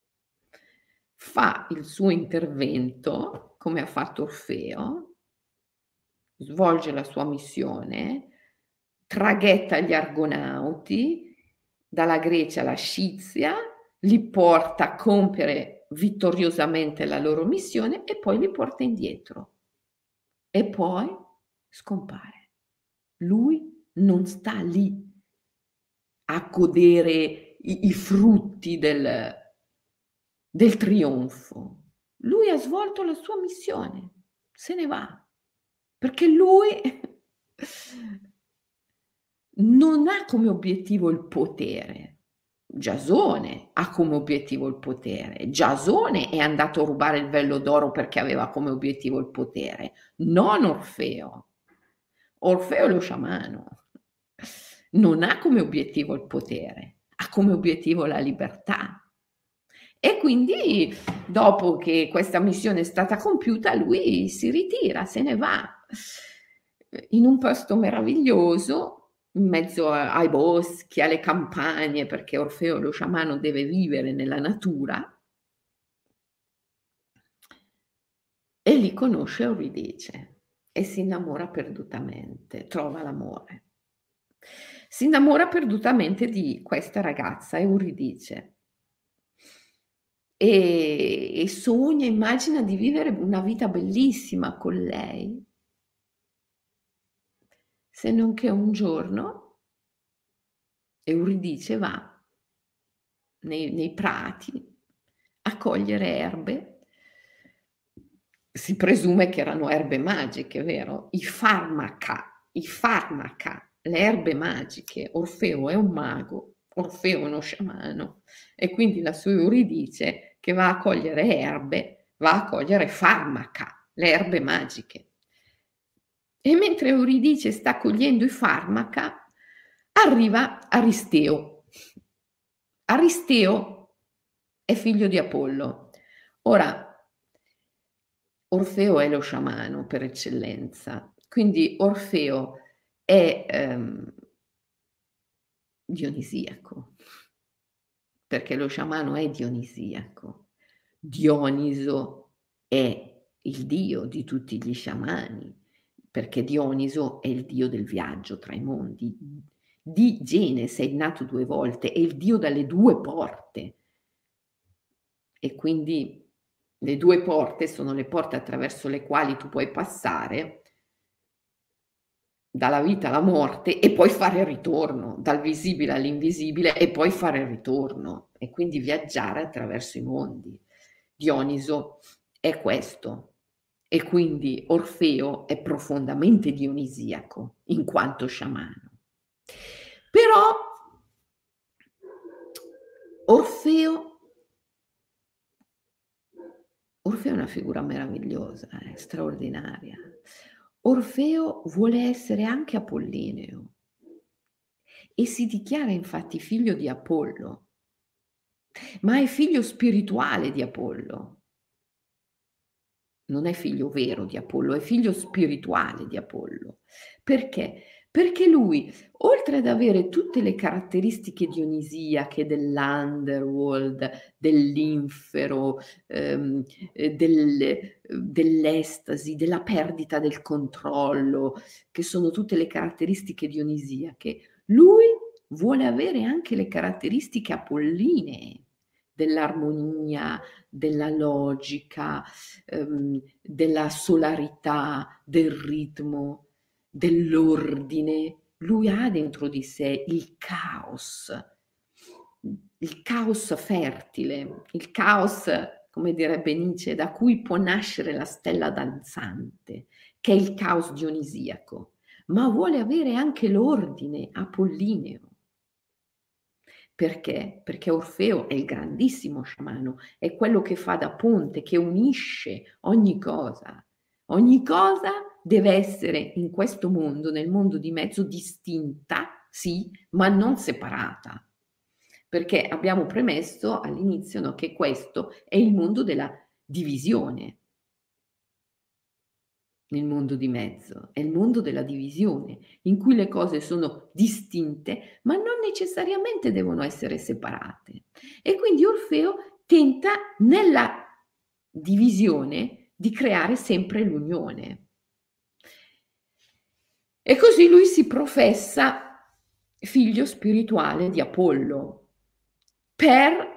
fa il suo intervento come ha fatto Orfeo, svolge la sua missione, traghetta gli Argonauti dalla Grecia alla Scizia, li porta a compiere vittoriosamente la loro missione e poi li porta indietro. E poi scompare. Lui non sta lì a godere i frutti del trionfo. Lui ha svolto la sua missione, se ne va, perché lui non ha come obiettivo il potere. Giasone ha come obiettivo il potere. Giasone è andato a rubare il vello d'oro perché aveva come obiettivo il potere, non Orfeo. Orfeo è lo sciamano, non ha come obiettivo il potere, ha come obiettivo la libertà. E quindi dopo che questa missione è stata compiuta, lui si ritira, se ne va in un posto meraviglioso, in mezzo ai boschi, alle campagne, perché Orfeo lo sciamano deve vivere nella natura. E lì conosce Euridice e si innamora perdutamente, trova l'amore. Si innamora perdutamente di questa ragazza, Euridice, e sogna, immagina di vivere una vita bellissima con lei. Se non che un giorno Euridice va nei prati a cogliere erbe. Si presume che erano erbe magiche, vero? I farmaca, le erbe magiche. Orfeo è un mago, Orfeo è uno sciamano e quindi la sua Euridice che va a cogliere erbe, va a cogliere farmaca, le erbe magiche. E mentre Euridice sta cogliendo i farmaca, arriva Aristeo. Aristeo è figlio di Apollo. Ora, Orfeo è lo sciamano per eccellenza, quindi Orfeo è dionisiaco, perché lo sciamano è dionisiaco. Dioniso è il dio di tutti gli sciamani, perché Dioniso è il dio del viaggio tra i mondi. Digenes è nato 2 volte, è il dio dalle 2 porte. E quindi le 2 porte sono le porte attraverso le quali tu puoi passare dalla vita alla morte e poi fare il ritorno, dal visibile all'invisibile e poi fare il ritorno e quindi viaggiare attraverso i mondi. Dioniso è questo e quindi Orfeo è profondamente dionisiaco in quanto sciamano. Però Orfeo Orfeo è una figura meravigliosa, straordinaria. Orfeo vuole essere anche Apollineo e si dichiara infatti figlio di Apollo, ma è figlio spirituale di Apollo. Non è figlio vero di Apollo, è figlio spirituale di Apollo. Perché? Perché lui, oltre ad avere tutte le caratteristiche dionisiache dell'underworld, dell'infero, dell'estasi, della perdita del controllo, che sono tutte le caratteristiche dionisiache, lui vuole avere anche le caratteristiche apollinee, dell'armonia, della logica, della solarità, del ritmo, dell'ordine. Lui ha dentro di sé il caos fertile, il caos, come direbbe Nietzsche, da cui può nascere la stella danzante, che è il caos dionisiaco, ma vuole avere anche l'ordine apollineo. Perché? Perché Orfeo è il grandissimo sciamano, è quello che fa da ponte, che unisce ogni cosa. Ogni cosa deve essere in questo mondo, nel mondo di mezzo, distinta, sì, ma non separata. Perché abbiamo premesso all'inizio, no, che questo è il mondo della divisione. Nel mondo di mezzo, è il mondo della divisione, in cui le cose sono distinte, ma non necessariamente devono essere separate. E quindi Orfeo tenta nella divisione di creare sempre l'unione. E così lui si professa figlio spirituale di Apollo per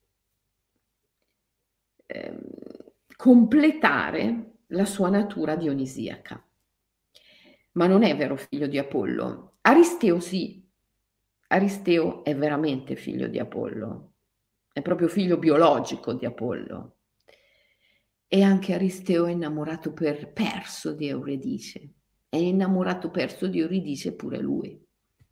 completare la sua natura dionisiaca. Ma non è vero figlio di Apollo. Aristeo sì, Aristeo è veramente figlio di Apollo, è proprio figlio biologico di Apollo. E anche Aristeo è innamorato perso di Euridice, è innamorato perso di Euridice pure lui.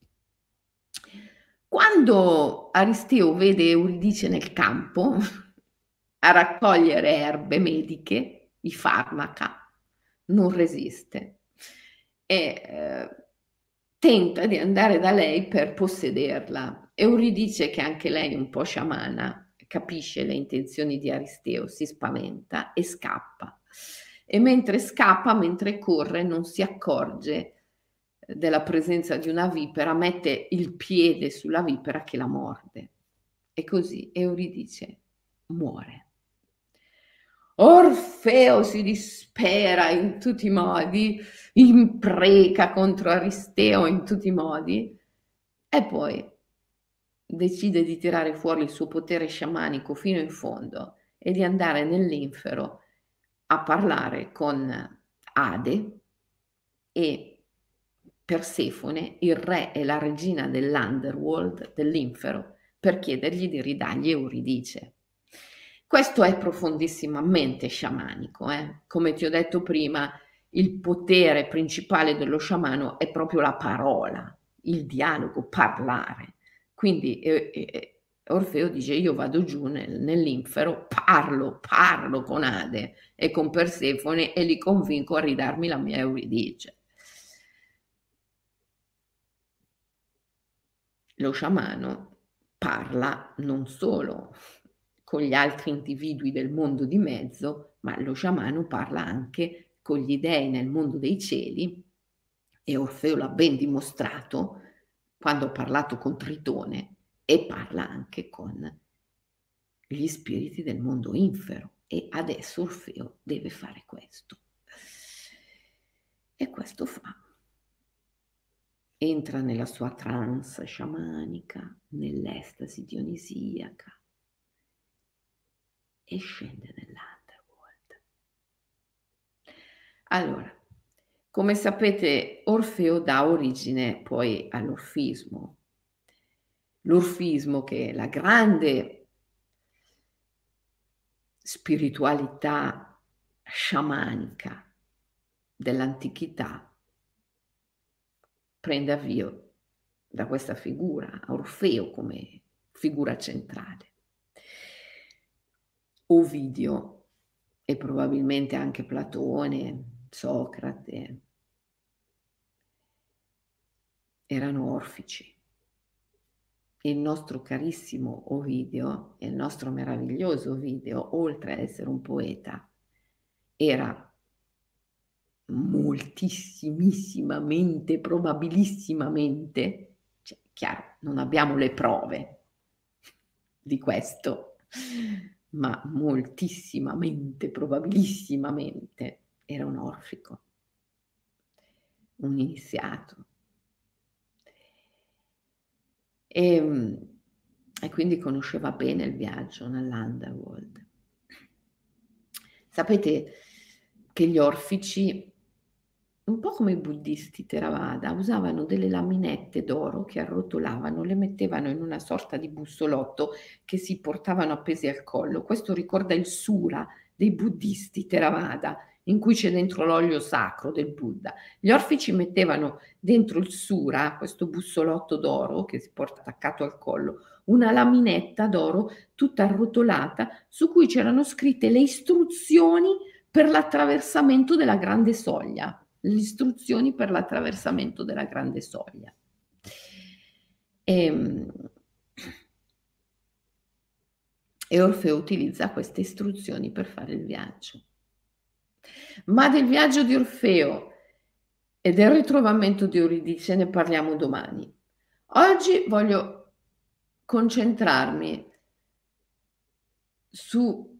Quando Aristeo vede Euridice nel campo a raccogliere erbe mediche, i farmaca, non resiste e tenta di andare da lei per possederla. Euridice, che anche lei è un po' sciamana, capisce le intenzioni di Aristeo, si spaventa e scappa. E mentre scappa, mentre corre, non si accorge della presenza di una vipera, mette il piede sulla vipera che la morde. E così Euridice muore. Orfeo si dispera in tutti i modi, impreca contro Aristeo in tutti i modi e poi decide di tirare fuori il suo potere sciamanico fino in fondo e di andare nell'infero a parlare con Ade e Persefone, il re e la regina dell'Underworld, dell'infero, per chiedergli di ridargli Euridice. Questo è profondissimamente sciamanico, Come ti ho detto prima, il potere principale dello sciamano è proprio la parola, il dialogo, parlare. Quindi Orfeo dice: io vado giù nell'infero, parlo con Ade e con Persefone e li convinco a ridarmi la mia Euridice. Lo sciamano parla non solo con gli altri individui del mondo di mezzo, ma lo sciamano parla anche con gli dei nel mondo dei cieli, e Orfeo l'ha ben dimostrato quando ha parlato con Tritone, e parla anche con gli spiriti del mondo infero, e adesso Orfeo deve fare questo. E questo fa. Entra nella sua trance sciamanica, nell'estasi dionisiaca e scende nell'underworld. Allora, come sapete, Orfeo dà origine poi all'orfismo. L'orfismo, che è la grande spiritualità sciamanica dell'antichità, prende avvio da questa figura, Orfeo come figura centrale. Ovidio e probabilmente anche Platone, Socrate, erano orfici. Il nostro carissimo Ovidio, il nostro meraviglioso Ovidio, oltre a essere un poeta, era moltissimissimamente, probabilissimamente, cioè chiaro, non abbiamo le prove di questo, ma moltissimamente, probabilissimamente era un orfico, un iniziato. E quindi conosceva bene il viaggio nell'underworld. Sapete che gli orfici, un po' come i buddisti Theravada, usavano delle laminette d'oro che arrotolavano, le mettevano in una sorta di bussolotto che si portavano appesi al collo. Questo ricorda il sura dei buddisti Theravada, in cui c'è dentro l'olio sacro del Buddha. Gli orfici mettevano dentro il sura, questo bussolotto d'oro che si porta attaccato al collo, una laminetta d'oro tutta arrotolata su cui c'erano scritte le istruzioni per l'attraversamento della grande soglia. Le istruzioni per l'attraversamento della grande soglia. E Orfeo utilizza queste istruzioni per fare il viaggio. Ma del viaggio di Orfeo e del ritrovamento di Euridice ne parliamo domani. Oggi voglio concentrarmi su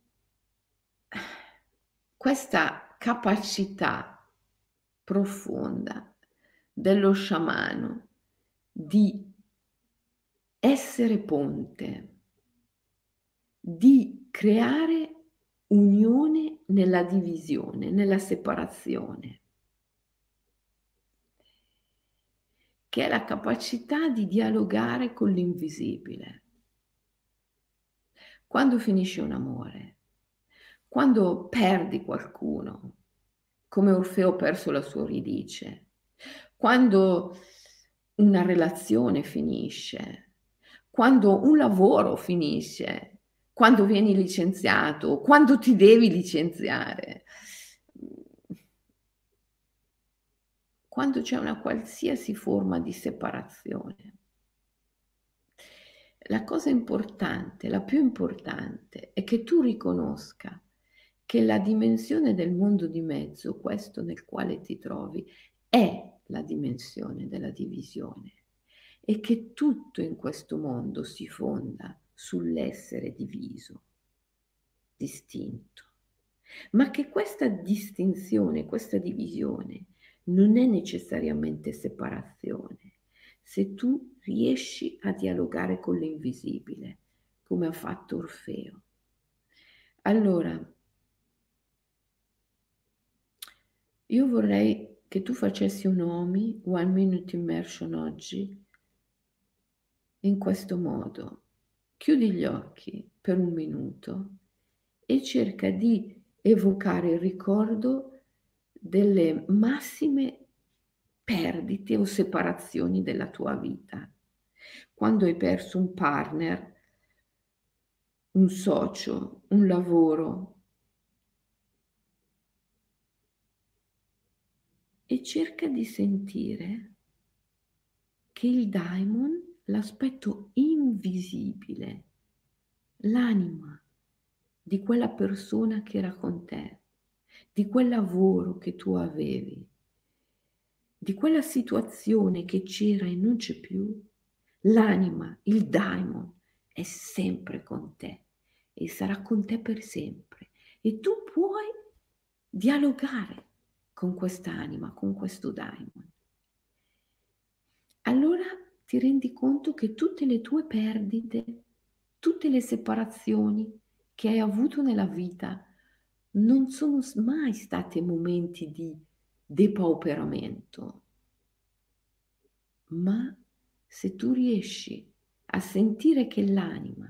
questa capacità profonda dello sciamano di essere ponte, di creare unione nella divisione, nella separazione, che è la capacità di dialogare con l'invisibile. Quando finisce un amore, quando perdi qualcuno, come Orfeo ha perso la sua Euridice, quando una relazione finisce, quando un lavoro finisce, quando vieni licenziato, quando ti devi licenziare, quando c'è una qualsiasi forma di separazione. La cosa importante, la più importante, è che tu riconosca che la dimensione del mondo di mezzo, questo nel quale ti trovi, è la dimensione della divisione e che tutto in questo mondo si fonda sull'essere diviso, distinto, ma che questa distinzione, questa divisione non è necessariamente separazione. Se tu riesci a dialogare con l'invisibile, come ha fatto Orfeo. Allora, io vorrei che tu facessi un OMI, One Minute Immersion oggi, in questo modo. Chiudi gli occhi per un minuto e cerca di evocare il ricordo delle massime perdite o separazioni della tua vita. Quando hai perso un partner, un socio, un lavoro, e cerca di sentire che il daimon, l'aspetto invisibile, l'anima di quella persona che era con te, di quel lavoro che tu avevi, di quella situazione che c'era e non c'è più, l'anima, il daimon è sempre con te e sarà con te per sempre. E tu puoi dialogare con quest'anima, con questo daimon. Allora ti rendi conto che tutte le tue perdite, tutte le separazioni che hai avuto nella vita non sono mai state momenti di depauperamento, ma se tu riesci a sentire che l'anima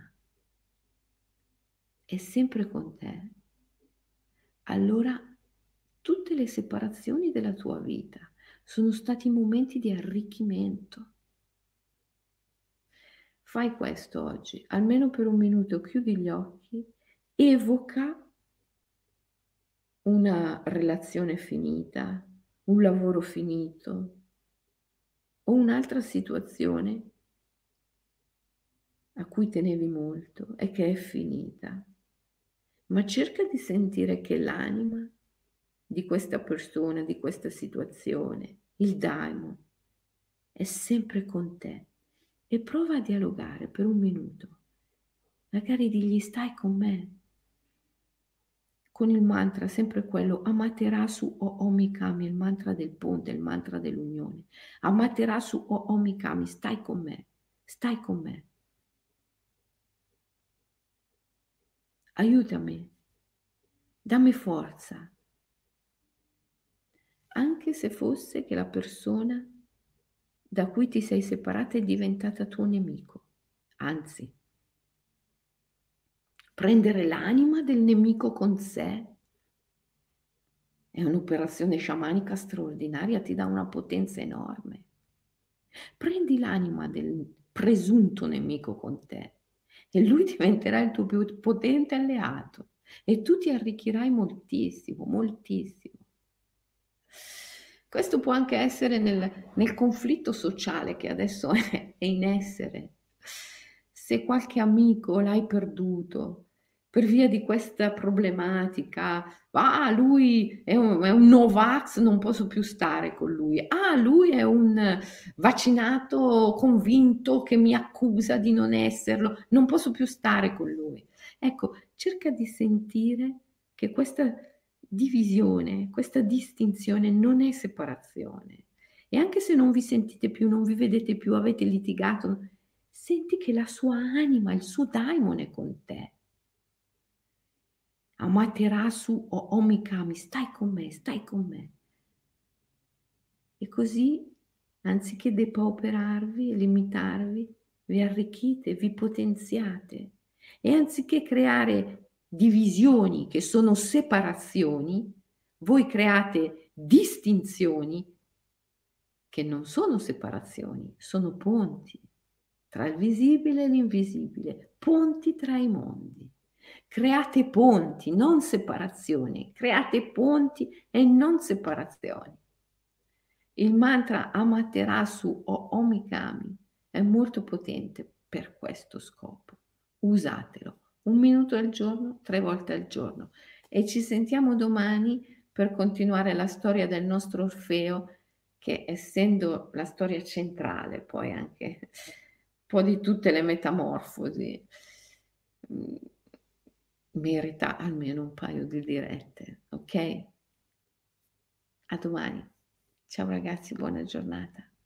è sempre con te, allora tutte le separazioni della tua vita sono stati momenti di arricchimento. Fai questo oggi, almeno per un minuto, chiudi gli occhi, evoca una relazione finita, un lavoro finito o un'altra situazione a cui tenevi molto e che è finita, ma cerca di sentire che l'anima di questa persona, di questa situazione, il daimon, è sempre con te e prova a dialogare per un minuto. Magari digli stai con me, con il mantra, sempre quello, Amaterasu o Omikami, il mantra del ponte, il mantra dell'unione. Amaterasu o Omikami, stai con me, stai con me. Aiutami, dammi forza, anche se fosse che la persona da cui ti sei separata è diventata tuo nemico. Anzi, prendere l'anima del nemico con sé è un'operazione sciamanica straordinaria, ti dà una potenza enorme. Prendi l'anima del presunto nemico con te e lui diventerà il tuo più potente alleato e tu ti arricchirai moltissimo, moltissimo. Questo può anche essere nel conflitto sociale che adesso è in essere. Se qualche amico l'hai perduto per via di questa problematica, ah, lui è un Novax, non posso più stare con lui. Ah, lui è un vaccinato convinto che mi accusa di non esserlo, non posso più stare con lui. Ecco, cerca di sentire che questa divisione, questa distinzione non è separazione. E anche se non vi sentite più, non vi vedete più, avete litigato, senti che la sua anima, il suo daimon è con te. Amaterasu o Omikami, stai con me, stai con me. E così, anziché depauperarvi e limitarvi, vi arricchite, vi potenziate. E anziché creare divisioni che sono separazioni, voi create distinzioni che non sono separazioni, sono ponti tra il visibile e l'invisibile, ponti tra i mondi. Create ponti, non separazioni, create ponti e non separazioni. Il mantra Amaterasu o Omikami è molto potente per questo scopo. Usatelo 1 minuto al giorno, 3 volte al giorno e ci sentiamo domani per continuare la storia del nostro Orfeo che essendo la storia centrale poi anche un po' di tutte le metamorfosi mh, merita almeno un paio di dirette, ok? A domani. Ciao ragazzi, buona giornata.